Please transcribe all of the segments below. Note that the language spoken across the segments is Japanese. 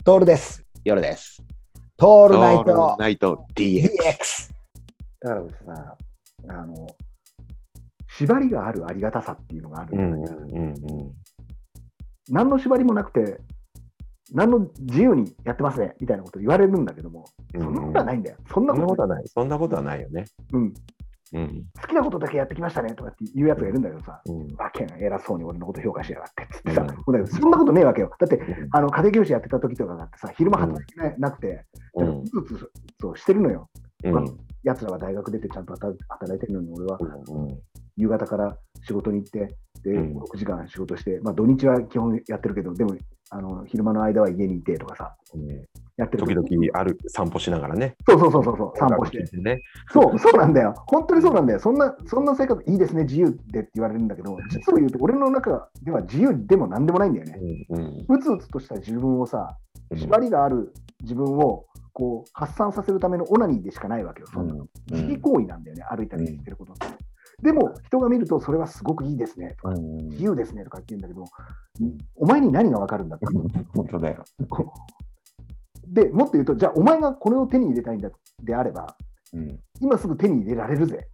トールです。 夜です。 トールナイオールトナイト DX。 DX。だからさ、あの、縛りがあるありがたさっていうのがあるんだよね。何の縛りもなくて、何の自由にやってますねみたいなこと言われるんだけども、そんなことはないんだよ。 そんなことはない。そんなことはないよね。 好きなことだけやってきましたねとかって言うやつがいるんだけどさ、わけが偉そうに俺のこと評価しやがってっつってさ、そんなことねえわけよ。だって、家庭教師やってた時とかだってさ、昼間働いてなくて、うつうつそうしてるのよ。やつらは大学出てちゃんと働いてるのに、俺は夕方から仕事に行って、で、6時間仕事して、まあ土日は基本やってるけど、でも昼間の間は家にいてとかさ、やってる。 時々散歩しながらね。 そう、散歩して。そうなんだよ。本当にそうなんだよ。そんな生活いいですね、自由でって言われるんだけど、実を言うと、俺の中では自由でも何でもないんだよね。うつうつとした自分をさ、縛りがある自分をこう発散させるためのオナニーでしかないわけよ。そんな自慰行為なんだよね、歩いたりしてることって。でも、人が見ると、それはすごくいいですねとか、自由ですねとか言ってるんだけど、お前に何が分かるんだって。 本当だよ。 でもっと言うと、じゃあお前がこれを手に入れたいんだであれば、今すぐ手に入れられるぜ。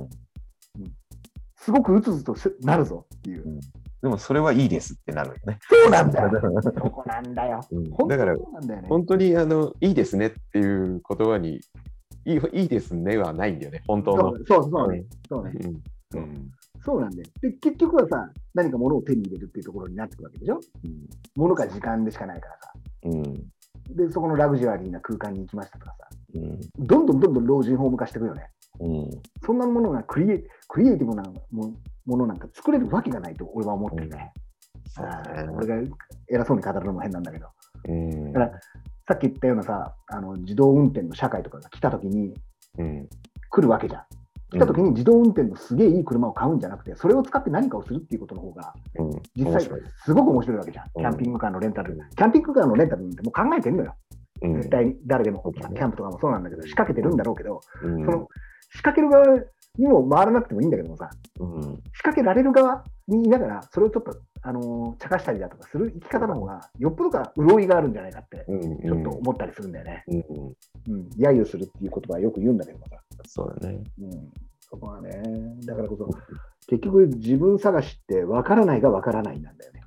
すごくうつうつとなるぞっていう。 でもそれはいいですってなるよね。 そうなんだよ。そこなんだよ。 だから本当にいいですねっていう言葉にいいですねはないんだよね。本当の。 そうね。そうなんだよ。で、結局はさ、何か物を手に入れるっていうところになってくるわけでしょ。物か時間でしかないからさ。で、そこのラグジュアリーな空間に行きましたとかさ、どんどん老人ホーム化していくよね。そんなものがクリエイティブなものなんか作れるわけがないと俺は思ってるね。俺が偉そうに語るのも変なんだけど。だからさっき言ったようなさ、自動運転の社会とかが来たときに、来るわけじゃん。来たときに自動運転のすげえいい車を買うんじゃなくて、それを使って何かをするっていうことの方が、実際すごく面白いわけじゃん。キャンピングカーのレンタル。キャンピングカーのレンタルなんてもう考えてるのよ。絶対誰でも、キャンプとかもそうなんだけど、仕掛けてるんだろうけど、その仕掛ける側にも回らなくてもいいんだけどもさ、仕掛けられる側にいながら、それをちょっと茶化したりだとかする生き方の方が、よっぽどか潤いがあるんじゃないかって、ちょっと思ったりするんだよね。揶揄するっていう言葉はよく言うんだけどもさ。 そうだね。 そこはね、だからこそ、結局自分探しって分からないが分からないなんだよね。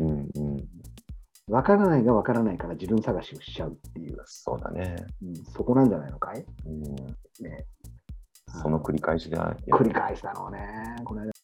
分からないが分からないから自分探しをしちゃうっていう。 そうだね。 そこなんじゃないのかい？ その繰り返しが。 繰り返しだろうね。これ